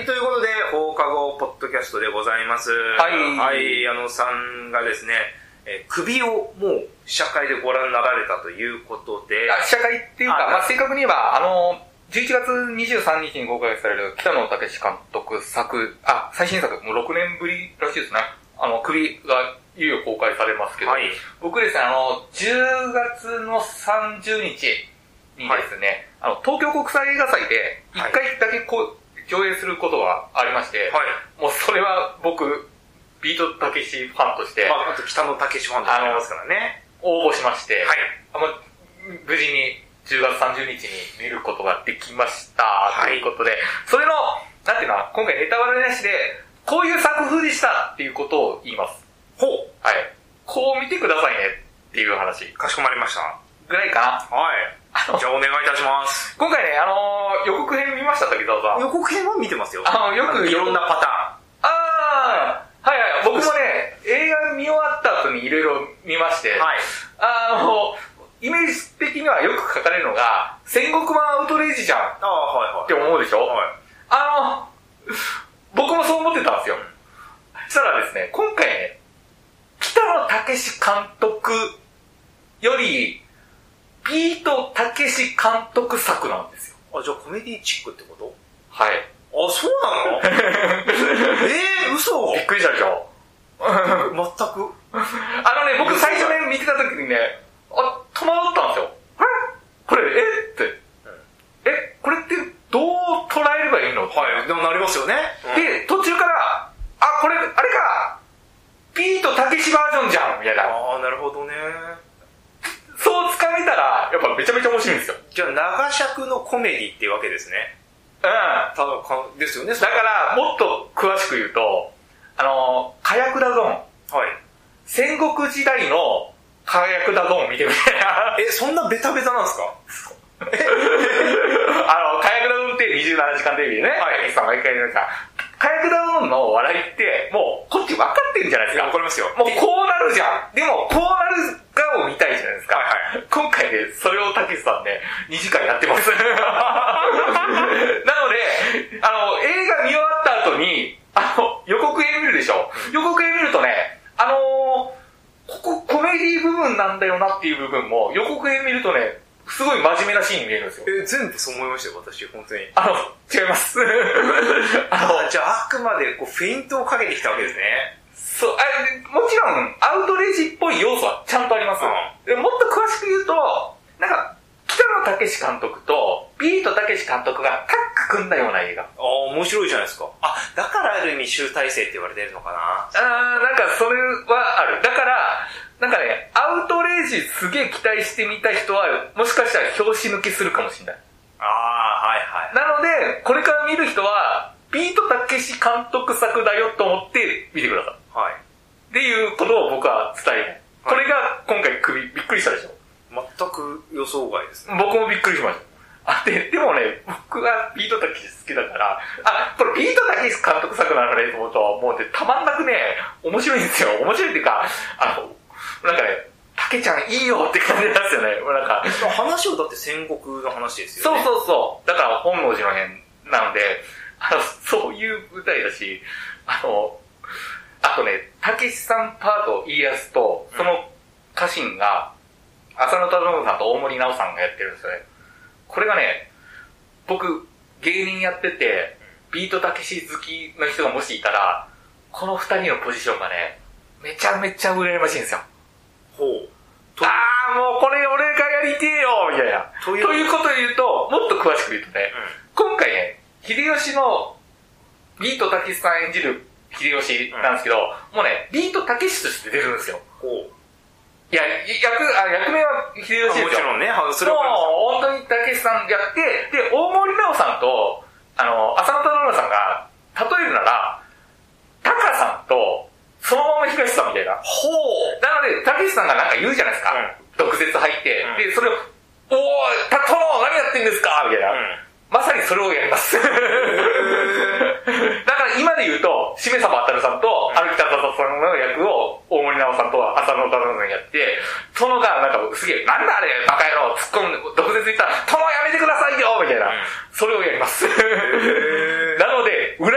い、ということで、放課後ポッドキャストでございます。 はい。 はい、矢野さんがですね、首をもう試写会でご覧になられたということで。 試写会っていうか、正確に言えば、11月23日に公開される北野武監督作、最新作、もう6年ぶりらしいですね。首がいよいよ公開されますけど、はい、僕ですね、10月の30日にですね、はい、東京国際映画祭で1回だけ上映することがありまして、はい、もうそれは僕、ビートたけしファンとして、 あと北野武ファンとしてありますからね。 応募しまして、 はい、 無事に10月30日に見ることができました、ということで、それの、なんていうのかな、今回ネタバレなしで、こういう作風でしたっていうことを言います。 ほう。 はい。こう見てくださいねっていう話。 かしこまりました。 ぐらいかな。はい。じゃあお願いいたします。 今回ね、予告編見ました、滝沢さん。 予告編は見てますよ。 よくいろんなパターン。 はいはい。僕もね、映画見終わった後にいろいろ見まして、はい。イメージ的にはよく書かれるのが、戦国版アウトレイジじゃん。 はいはい。 って思うでしょ。 はい。 僕もそう思ってたんですよ。そしたらですね、今回ね、北野武監督より、ビートたけし監督作なんですよ。 じゃあコメディチックってこと？ はい。 そうなの？嘘？ びっくりしたでしょ？ 全く。 僕最初ね、見てた時にね、戸惑ったんですよ。これ、って。これってどう捉えればいいの？ はい、でもなりますよね。 で、途中から、これ、あれか、ビートたけしバージョンじゃんみたいな。 なるほどね。 そう掴めたら、やっぱめちゃめちゃ面白いんですよ。 じゃあ、長尺のコメディっていうわけですね。ただですよね。 だから、もっと詳しく言うと、火薬だゾーン。はい。戦国時代の火薬だゾーン見てみたいな。 そんなベタベタなんですか？ 火薬だゾーンって27時間テレビでね、はい。さん毎回なんか、火薬だゾーンの笑いって、もう、こっち分かってるんじゃないですか。 わかりますよ。 もうこうなるじゃん。でも、こうなるがを見たいじゃないですか。はいはい。今回ね、それをたけしさんね、2時間やってます。なので、映画見終わった後に、予告編見るでしょ。予告編見るとね、ここコメディ部分なんだよなっていう部分も、予告編見るとね、すごい真面目なシーンに見えるんですよ。 全部そう思いましたよ、私、本当に。 違います。 じゃあ、あくまでフェイントをかけてきたわけですね。 そう、もちろん、アウトレイジっぽい要素はちゃんとあります。でもっと詳しく言うと、なんか、北野武監督と、ビートたけし監督がタッグ組んだような映画。 面白いじゃないですか。だからある意味集大成って言われてるのかな。 なんかそれはある。だから、なんかね、アウトレイジすげえ期待してみた人は、もしかしたら拍子抜けするかもしれない。 はいはい。 なので、これから見る人は、ビートたけし監督作だよと思って見てください。はい。っていうことを僕は伝える。これが今回びっくりしたでしょ。 全く予想外ですね。 僕もびっくりしました。でもね、僕はビートたけし好きだから、これビートたけし監督作なのねと思うと、もうたまんなくね、面白いんですよ。面白いっていうか、なんかね、たけちゃんいいよって感じなんですよね。なんか話はだって戦国の話ですよね。 そう。だから本能寺の変なので、そういう舞台だし、あとね、たけしさんパート家康と、その家臣が、浅野忠信さんと大森直さんがやってるんですよね。これがね、僕、芸人やってて、ビートたけし好きの人がもしいたら、この二人のポジションがね、めちゃめちゃ羨ましいんですよ。 ほう。 もうこれ俺がやりてえよみたいな。ということを言うと、もっと詳しく言うとね、今回ね、秀吉のビートたけしさん演じる秀吉なんですけど、もうね、ビートたけしとして出るんですよ。いや、役名は秀吉ですよ。 もちろんね、 それはもう本当にたけしさんやって、で、大森直さんと、浅野忠信さんが、例えるなら、タカさんと、そのまま東さんみたいな。なので、たけしさんがなんか言うじゃないですか。毒舌入って。で、それを、殿何やってんですかみたいな。まさにそれをやります。だから今で言うと、しめさばあたるさんと、歩きたささんの役を、大森直さんと浅野忠信さんやって、殿がなんかすげえ、なんだあれ、バカ野郎、突っ込んで、毒舌言ったら、殿やめてくださいよみたいな。それをやります。なので、羨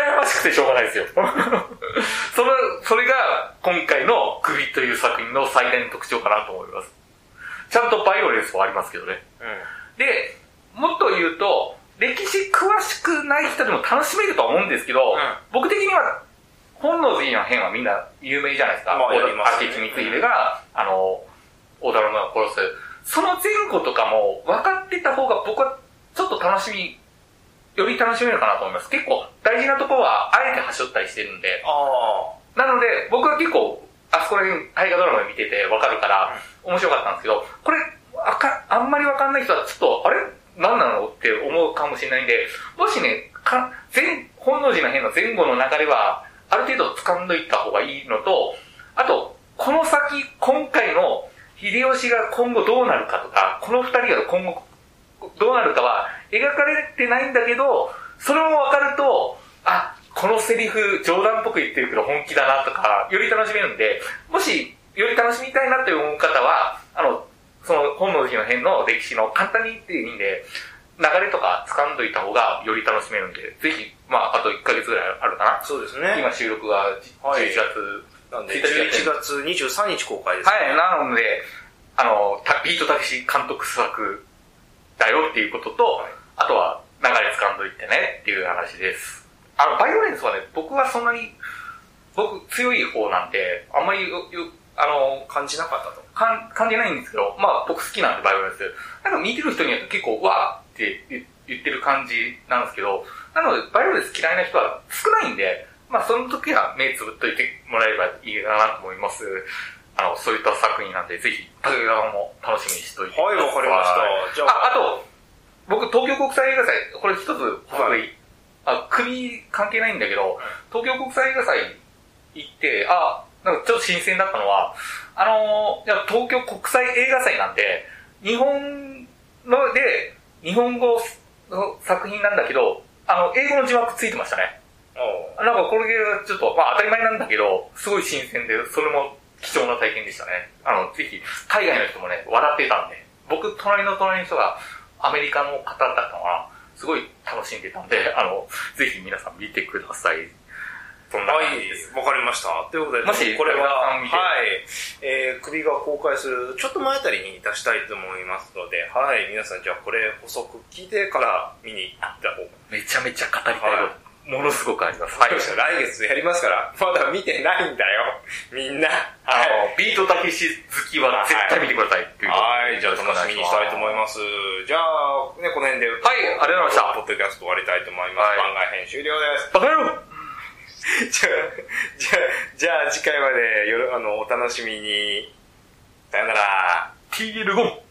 てしょうがないですよ。それが今回の首という作品の最大の特徴かなと思います。ちゃんとバイオレンスはありますけどね。で、もっと言うと、歴史詳しくない人でも楽しめるとは思うんですけど、僕的には、本能寺の変はみんな有名じゃないですか。明智光秀が、織田信長を殺す。その前後とかも分かってた方が僕はちょっとより楽しめるかなと思います。結構大事なところはあえて端折ったりしてるんで。なので、僕は結構、あそこら辺大河ドラマ見てて分かるから面白かったんですけど、これ、あんまり分かんない人はちょっと、あれ何なのって思うかもしれないんで、もしね、本能寺の変の前後の流れは、ある程度掴んどいた方がいいのと、あと、この先、今回の秀吉が今後どうなるかとか、この二人が今後どうなるかは描かれてないんだけど、それも分かると、このセリフ冗談っぽく言ってるけど本気だなとか、より楽しめるんで、もしより楽しみたいなって思う方は、その本能寺の変の歴史の簡単に言っていいんで、流れとか掴んどいた方がより楽しめるんで、ぜひ、あと1ヶ月ぐらいあるかな。 そうですね。 今収録が11月、 なんで11月23日公開です、 ね。はい、なので、ビートたけし監督作だよっていうことと、あとは流れ掴んどいてねっていう話です。バイオレンスはね、僕はそんなに、強い方なんで、あんまり感じなかったと。 感じないんですけど、僕好きなんでバイオレンス。なんか見てる人によって結構、わーって言ってる感じなんですけど、なので、バイオレンス嫌いな人は少ないんで、その時は目つぶっといてもらえればいいかなと思います。そういった作品なんで、ぜひ、竹川も楽しみにしといてください。 はい、わかりました。 じゃあと、僕、東京国際映画祭、これ一つ補足でいい？国関係ないんだけど、東京国際映画祭行って、なんかちょっと新鮮だったのは、東京国際映画祭なんで、日本語の作品なんだけど、英語の字幕ついてましたね。なんかこれがちょっと、当たり前なんだけど、すごい新鮮で、それも貴重な体験でしたね。ぜひ、海外の人もね、笑ってたんで、僕、隣の人がアメリカの方だったのかな、すごい楽しんでたんで、ぜひ皆さん見てください。そんな感じです。 わかりました。ということで、 もし、 これは、首が公開するちょっと前あたりに出したいと思いますので、皆さんじゃあこれ補足聞いてから見に行った方が。 めちゃめちゃ語りたいこと。ものすごくあります。 来月やりますから、まだ見てないんだよ。みんな。 ビートたけし好きは絶対見てくださいっていう。 じゃあ楽しみにしたいと思います。じゃあ、この辺で。 はい、ありがとうございました。 ポッドキャスト終わりたいと思います。番外編終了です。 バカ野郎じゃあ次回までお楽しみに。さよなら。 TL5